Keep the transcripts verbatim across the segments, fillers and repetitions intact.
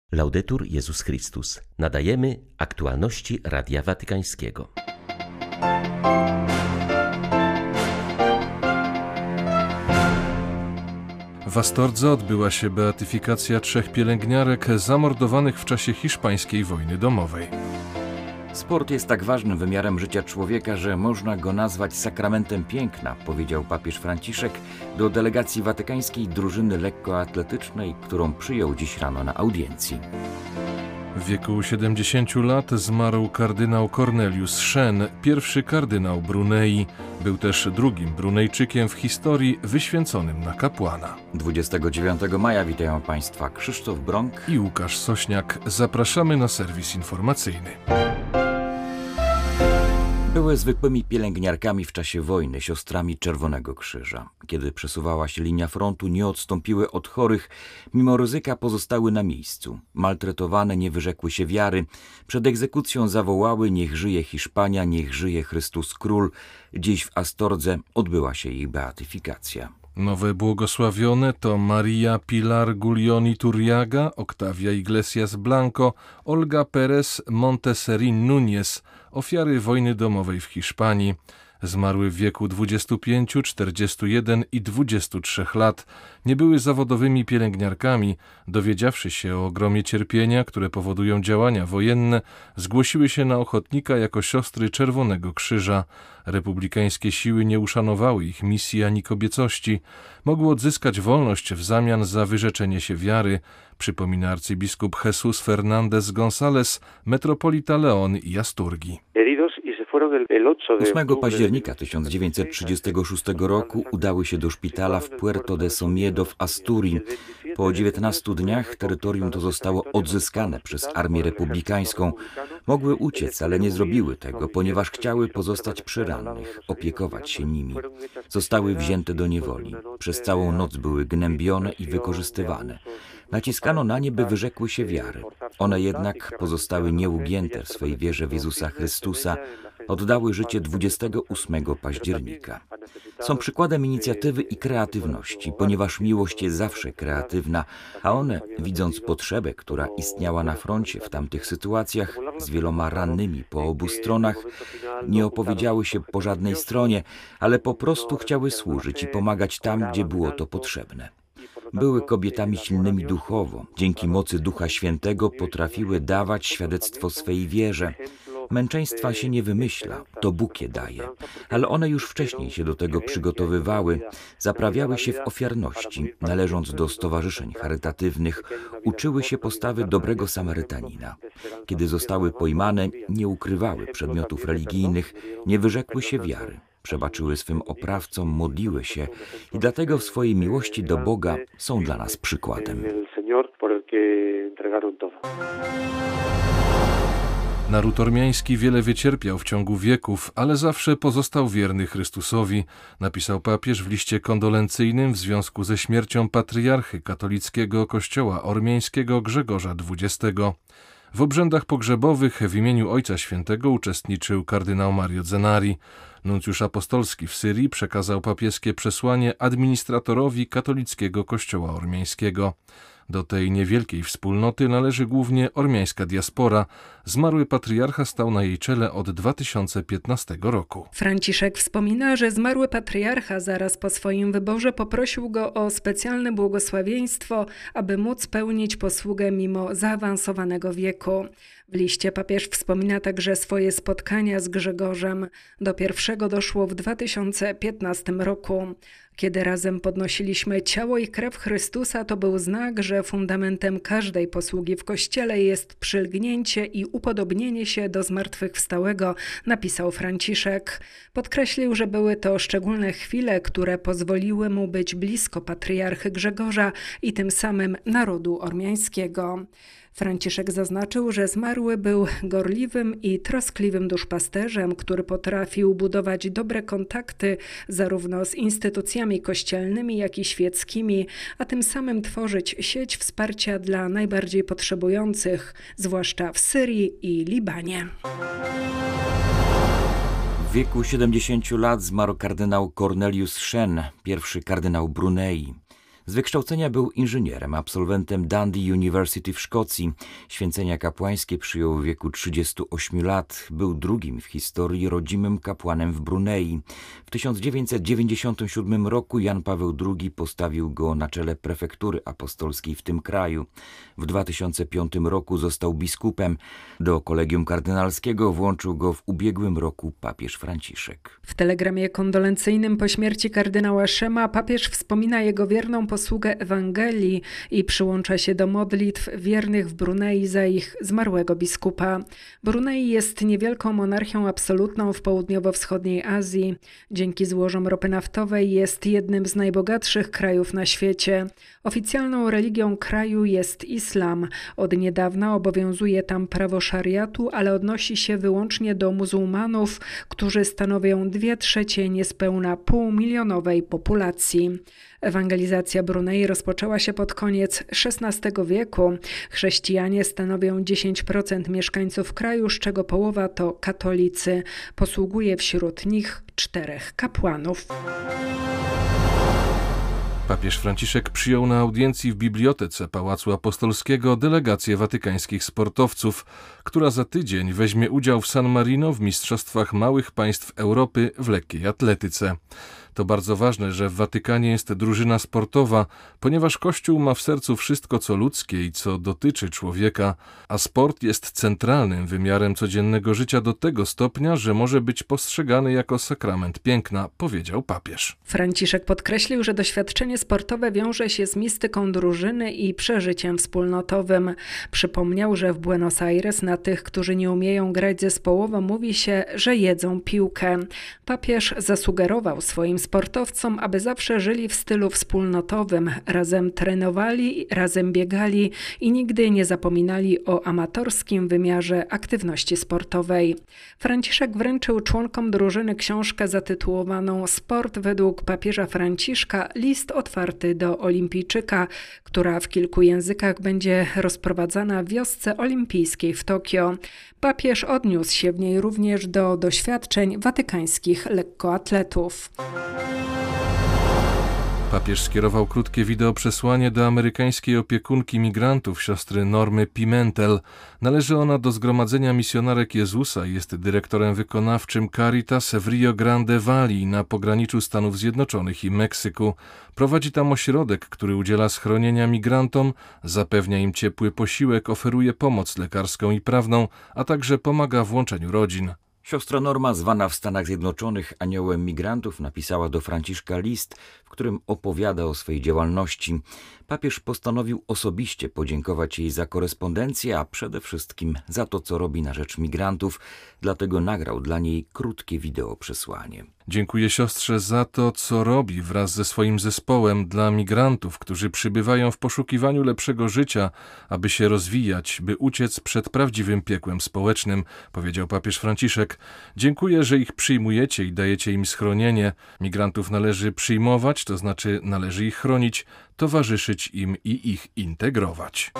Laudetur Jezus Chrystus. Nadajemy aktualności Radia Watykańskiego. W Astordze odbyła się beatyfikacja trzech pielęgniarek zamordowanych w czasie hiszpańskiej wojny domowej. Sport jest tak ważnym wymiarem życia człowieka, że można go nazwać sakramentem piękna, powiedział papież Franciszek do delegacji watykańskiej drużyny lekkoatletycznej, którą przyjął dziś rano na audiencji. W wieku siedemdziesięciu lat zmarł kardynał Cornelius Shen, pierwszy kardynał Brunei. Był też drugim Brunejczykiem w historii wyświęconym na kapłana. dwudziestego dziewiątego maja witają Państwa Krzysztof Brąk i Łukasz Sośniak. Zapraszamy na serwis informacyjny. Były zwykłymi pielęgniarkami w czasie wojny, siostrami Czerwonego Krzyża. Kiedy przesuwała się linia frontu, nie odstąpiły od chorych, mimo ryzyka pozostały na miejscu. Maltretowane nie wyrzekły się wiary. Przed egzekucją zawołały: niech żyje Hiszpania, niech żyje Chrystus Król. Dziś w Astordze odbyła się ich beatyfikacja. Nowe błogosławione to Maria Pilar Guglioni Turriaga, Octavia Iglesias Blanco, Olga Perez Monteserin Núñez, ofiary wojny domowej w Hiszpanii. Zmarły w wieku dwudziestu pięciu, czterdziestu jeden i dwudziestu trzech lat. Nie były zawodowymi pielęgniarkami. Dowiedziawszy się o ogromie cierpienia, które powodują działania wojenne, zgłosiły się na ochotnika jako siostry Czerwonego Krzyża. Republikańskie siły nie uszanowały ich misji ani kobiecości. Mogły odzyskać wolność w zamian za wyrzeczenie się wiary, przypomina arcybiskup Jesus Fernández González, metropolita León i Asturgi. ósmego października tysiąc dziewięćset trzydziestego szóstego roku udały się do szpitala w Puerto de Somiedo w Asturii. Po dziewiętnastu dniach terytorium to zostało odzyskane przez armię republikańską. Mogły uciec, ale nie zrobiły tego, ponieważ chciały pozostać przy rannych, opiekować się nimi. Zostały wzięte do niewoli. Przez całą noc były gnębione i wykorzystywane. Naciskano na nie, by wyrzekły się wiary. One jednak pozostały nieugięte w swej wierze w Jezusa Chrystusa. Oddały życie dwudziestego ósmego października. Są przykładem inicjatywy i kreatywności, ponieważ miłość jest zawsze kreatywna, a one, widząc potrzebę, która istniała na froncie w tamtych sytuacjach, z wieloma rannymi po obu stronach, nie opowiedziały się po żadnej stronie, ale po prostu chciały służyć i pomagać tam, gdzie było to potrzebne. Były kobietami silnymi duchowo. Dzięki mocy Ducha Świętego potrafiły dawać świadectwo swej wierze. Męczeństwa się nie wymyśla, to Bóg je daje, ale one już wcześniej się do tego przygotowywały, zaprawiały się w ofiarności, należąc do stowarzyszeń charytatywnych, uczyły się postawy dobrego Samarytanina. Kiedy zostały pojmane, nie ukrywały przedmiotów religijnych, nie wyrzekły się wiary. Przebaczyły swym oprawcom, modliły się i dlatego w swojej miłości do Boga są dla nas przykładem. Naród ormiański wiele wycierpiał w ciągu wieków, ale zawsze pozostał wierny Chrystusowi, napisał papież w liście kondolencyjnym w związku ze śmiercią patriarchy katolickiego kościoła ormiańskiego Grzegorza dwudziestego. W obrzędach pogrzebowych w imieniu Ojca Świętego uczestniczył kardynał Mario Zenari. Nuncjusz apostolski w Syrii przekazał papieskie przesłanie administratorowi katolickiego kościoła ormiańskiego. Do tej niewielkiej wspólnoty należy głównie ormiańska diaspora. Zmarły patriarcha stał na jej czele od dwa tysiące piętnastego roku. Franciszek wspomina, że zmarły patriarcha zaraz po swoim wyborze poprosił go o specjalne błogosławieństwo, aby móc pełnić posługę mimo zaawansowanego wieku. W liście papież wspomina także swoje spotkania z Grzegorzem. Do pierwszego doszło w dwa tysiące piętnastym roku. Kiedy razem podnosiliśmy ciało i krew Chrystusa, to był znak, że fundamentem każdej posługi w Kościele jest przylgnięcie i upodobnienie się do zmartwychwstałego, napisał Franciszek. Podkreślił, że były to szczególne chwile, które pozwoliły mu być blisko patriarchy Grzegorza i tym samym narodu ormiańskiego. Franciszek zaznaczył, że zmarły był gorliwym i troskliwym duszpasterzem, który potrafił budować dobre kontakty zarówno z instytucjami kościelnymi, jak i świeckimi, a tym samym tworzyć sieć wsparcia dla najbardziej potrzebujących, zwłaszcza w Syrii i Libanie. W wieku siedemdziesięciu lat zmarł kardynał Cornelius Shen, pierwszy kardynał Brunei. Z wykształcenia był inżynierem, absolwentem Dundee University w Szkocji. Święcenia kapłańskie przyjął w wieku trzydziestu ośmiu lat. Był drugim w historii rodzimym kapłanem w Brunei. W tysiąc dziewięćset dziewięćdziesiątym siódmym roku Jan Paweł drugi postawił go na czele prefektury apostolskiej w tym kraju. W dwa tysiące piątym roku został biskupem. Do kolegium kardynalskiego włączył go w ubiegłym roku papież Franciszek. W telegramie kondolencyjnym po śmierci kardynała Szema papież wspomina jego wierną posługę Ewangelii i przyłącza się do modlitw wiernych w Brunei za ich zmarłego biskupa. Brunei jest niewielką monarchią absolutną w południowo-wschodniej Azji. Dzięki złożom ropy naftowej jest jednym z najbogatszych krajów na świecie. Oficjalną religią kraju jest islam. Od niedawna obowiązuje tam prawo szariatu, ale odnosi się wyłącznie do muzułmanów, którzy stanowią dwie trzecie niespełna półmilionowej populacji. Ewangelizacja Brunei rozpoczęła się pod koniec szesnastego wieku. Chrześcijanie stanowią dziesięć procent mieszkańców kraju, z czego połowa to katolicy. Posługuje wśród nich czterech kapłanów. Papież Franciszek przyjął na audiencji w bibliotece Pałacu Apostolskiego delegację watykańskich sportowców, która za tydzień weźmie udział w San Marino w Mistrzostwach Małych Państw Europy w lekkiej atletyce. To bardzo ważne, że w Watykanie jest drużyna sportowa, ponieważ Kościół ma w sercu wszystko, co ludzkie i co dotyczy człowieka, a sport jest centralnym wymiarem codziennego życia do tego stopnia, że może być postrzegany jako sakrament piękna, powiedział papież. Franciszek podkreślił, że doświadczenie sportowe wiąże się z mistyką drużyny i przeżyciem wspólnotowym. Przypomniał, że w Buenos Aires na tych, którzy nie umieją grać zespołowo, mówi się, że jedzą piłkę. Papież zasugerował swoim sportowcom, aby zawsze żyli w stylu wspólnotowym, razem trenowali, razem biegali i nigdy nie zapominali o amatorskim wymiarze aktywności sportowej. Franciszek wręczył członkom drużyny książkę zatytułowaną Sport według papieża Franciszka – list otwarty do olimpijczyka, która w kilku językach będzie rozprowadzana w wiosce olimpijskiej w Tokio. Papież odniósł się w niej również do doświadczeń watykańskich lekkoatletów. Papież skierował krótkie wideoprzesłanie do amerykańskiej opiekunki migrantów, siostry Normy Pimentel. Należy ona do Zgromadzenia Misjonarek Jezusa i jest dyrektorem wykonawczym Caritas w Rio Grande Valley na pograniczu Stanów Zjednoczonych i Meksyku. Prowadzi tam ośrodek, który udziela schronienia migrantom, zapewnia im ciepły posiłek, oferuje pomoc lekarską i prawną, a także pomaga w łączeniu rodzin. Siostra Norma, zwana w Stanach Zjednoczonych aniołem migrantów, napisała do Franciszka list, w którym opowiada o swojej działalności. Papież postanowił osobiście podziękować jej za korespondencję, a przede wszystkim za to, co robi na rzecz migrantów, dlatego nagrał dla niej krótkie wideo przesłanie. Dziękuję siostrze za to, co robi wraz ze swoim zespołem dla migrantów, którzy przybywają w poszukiwaniu lepszego życia, aby się rozwijać, by uciec przed prawdziwym piekłem społecznym, powiedział papież Franciszek. Dziękuję, że ich przyjmujecie i dajecie im schronienie. Migrantów należy przyjmować, to znaczy należy ich chronić, towarzyszyć im i ich integrować.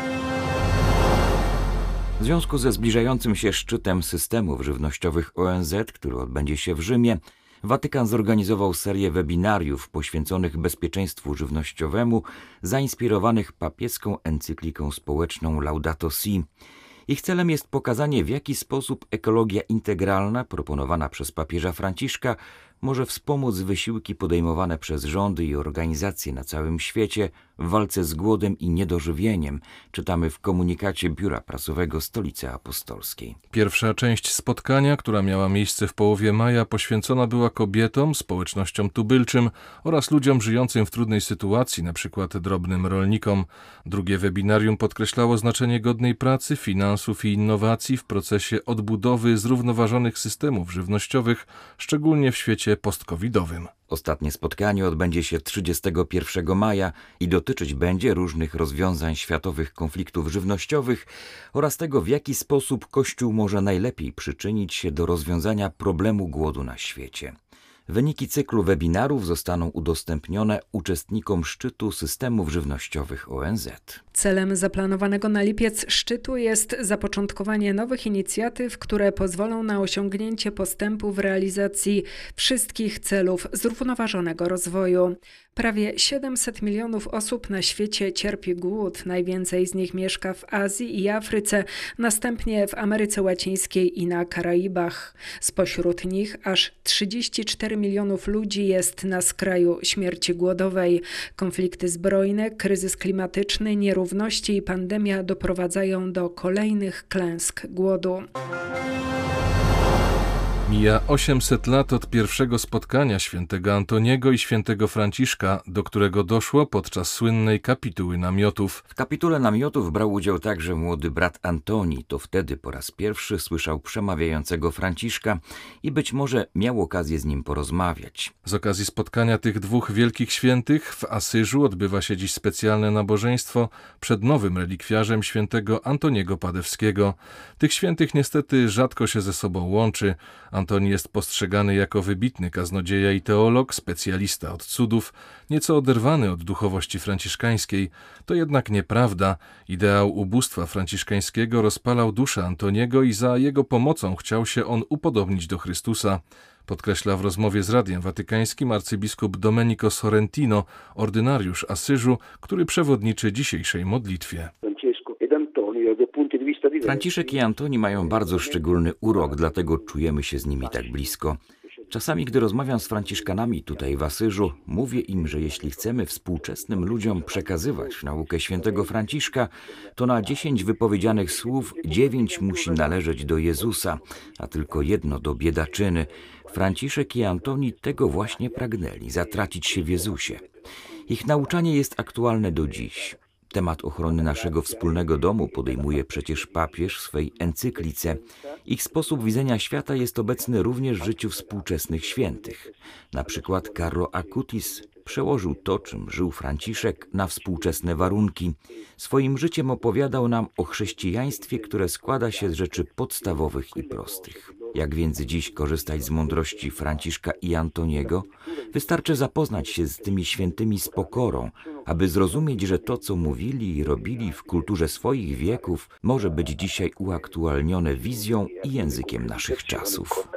W związku ze zbliżającym się szczytem systemów żywnościowych O N Z, który odbędzie się w Rzymie, Watykan zorganizował serię webinariów poświęconych bezpieczeństwu żywnościowemu, zainspirowanych papieską encykliką społeczną Laudato Si. Ich celem jest pokazanie, w jaki sposób ekologia integralna proponowana przez papieża Franciszka może wspomóc wysiłki podejmowane przez rządy i organizacje na całym świecie w walce z głodem i niedożywieniem, czytamy w komunikacie Biura Prasowego Stolicy Apostolskiej. Pierwsza część spotkania, która miała miejsce w połowie maja, poświęcona była kobietom, społecznościom tubylczym oraz ludziom żyjącym w trudnej sytuacji, np. drobnym rolnikom. Drugie webinarium podkreślało znaczenie godnej pracy, finansów i innowacji w procesie odbudowy zrównoważonych systemów żywnościowych, szczególnie w świecie post-covidowym. Ostatnie spotkanie odbędzie się trzydziestego pierwszego maja i dotyczyć będzie różnych rozwiązań światowych konfliktów żywnościowych oraz tego, w jaki sposób Kościół może najlepiej przyczynić się do rozwiązania problemu głodu na świecie. Wyniki cyklu webinarów zostaną udostępnione uczestnikom szczytu systemów żywnościowych O N Z. Celem zaplanowanego na lipiec szczytu jest zapoczątkowanie nowych inicjatyw, które pozwolą na osiągnięcie postępu w realizacji wszystkich celów zrównoważonego rozwoju. Prawie siedemset milionów osób na świecie cierpi głód. Najwięcej z nich mieszka w Azji i Afryce, następnie w Ameryce Łacińskiej i na Karaibach. Spośród nich aż trzydzieści cztery milionów ludzi jest na skraju śmierci głodowej. Konflikty zbrojne, kryzys klimatyczny, nierówności i pandemia doprowadzają do kolejnych klęsk głodu. Mija osiemset lat od pierwszego spotkania świętego Antoniego i świętego Franciszka, do którego doszło podczas słynnej kapituły namiotów. W kapitule namiotów brał udział także młody brat Antoni. To wtedy po raz pierwszy słyszał przemawiającego Franciszka i być może miał okazję z nim porozmawiać. Z okazji spotkania tych dwóch wielkich świętych w Asyżu odbywa się dziś specjalne nabożeństwo przed nowym relikwiarzem świętego Antoniego Padewskiego. Tych świętych niestety rzadko się ze sobą łączy. Antoni jest postrzegany jako wybitny kaznodzieja i teolog, specjalista od cudów, nieco oderwany od duchowości franciszkańskiej. To jednak nieprawda. Ideał ubóstwa franciszkańskiego rozpalał duszę Antoniego i za jego pomocą chciał się on upodobnić do Chrystusa. Podkreśla w rozmowie z Radiem Watykańskim arcybiskup Domenico Sorrentino, ordynariusz Asyżu, który przewodniczy dzisiejszej modlitwie. Franciszek i Antoni mają bardzo szczególny urok, dlatego czujemy się z nimi tak blisko. Czasami, gdy rozmawiam z franciszkanami tutaj w Asyżu, mówię im, że jeśli chcemy współczesnym ludziom przekazywać naukę świętego Franciszka, to na dziesięć wypowiedzianych słów dziewięć musi należeć do Jezusa, a tylko jedno do biedaczyny. Franciszek i Antoni tego właśnie pragnęli, zatracić się w Jezusie. Ich nauczanie jest aktualne do dziś. Temat ochrony naszego wspólnego domu podejmuje przecież papież w swej encyklice. Ich sposób widzenia świata jest obecny również w życiu współczesnych świętych. Na przykład Carlo Acutis przełożył to, czym żył Franciszek, na współczesne warunki. Swoim życiem opowiadał nam o chrześcijaństwie, które składa się z rzeczy podstawowych i prostych. Jak więc dziś korzystać z mądrości Franciszka i Antoniego? Wystarczy zapoznać się z tymi świętymi z pokorą, aby zrozumieć, że to, co mówili i robili w kulturze swoich wieków, może być dzisiaj uaktualnione wizją i językiem naszych czasów.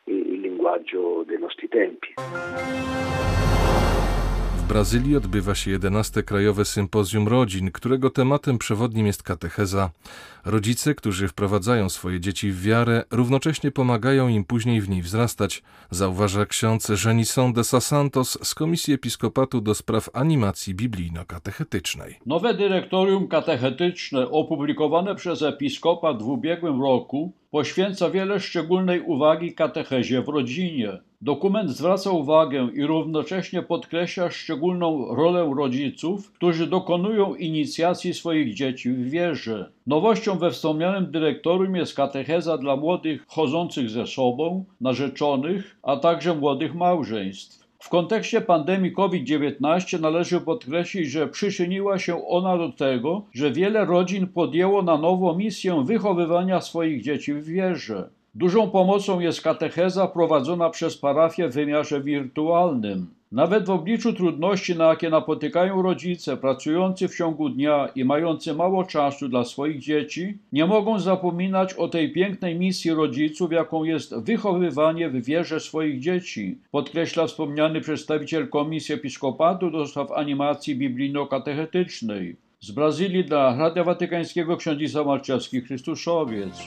W Brazylii odbywa się jedenaste Krajowe Sympozjum Rodzin, którego tematem przewodnim jest katecheza. Rodzice, którzy wprowadzają swoje dzieci w wiarę, równocześnie pomagają im później w niej wzrastać, zauważa ksiądz Genison de Santos z Komisji Episkopatu do spraw animacji biblijno-katechetycznej. Nowe dyrektorium katechetyczne opublikowane przez episkopat w ubiegłym roku poświęca wiele szczególnej uwagi katechezie w rodzinie. Dokument zwraca uwagę i równocześnie podkreśla szczególną rolę rodziców, którzy dokonują inicjacji swoich dzieci w wierze. Nowością we wspomnianym dyrektorium jest katecheza dla młodych chodzących ze sobą, narzeczonych, a także młodych małżeństw. W kontekście pandemii COVID dziewiętnaście należy podkreślić, że przyczyniła się ona do tego, że wiele rodzin podjęło na nowo misję wychowywania swoich dzieci w wierze. Dużą pomocą jest katecheza prowadzona przez parafię w wymiarze wirtualnym. Nawet w obliczu trudności, na jakie napotykają rodzice pracujący w ciągu dnia i mający mało czasu dla swoich dzieci, nie mogą zapominać o tej pięknej misji rodziców, jaką jest wychowywanie w wierze swoich dzieci, podkreśla wspomniany przedstawiciel Komisji Episkopatu do spraw animacji biblijno-katechetycznej. Z Brazylii dla Radia Watykańskiego ksiądz Isa Marczewski, Chrystuszowiec.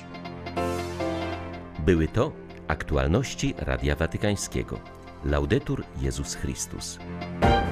Były to aktualności Radia Watykańskiego. Laudetur Jezus Chrystus.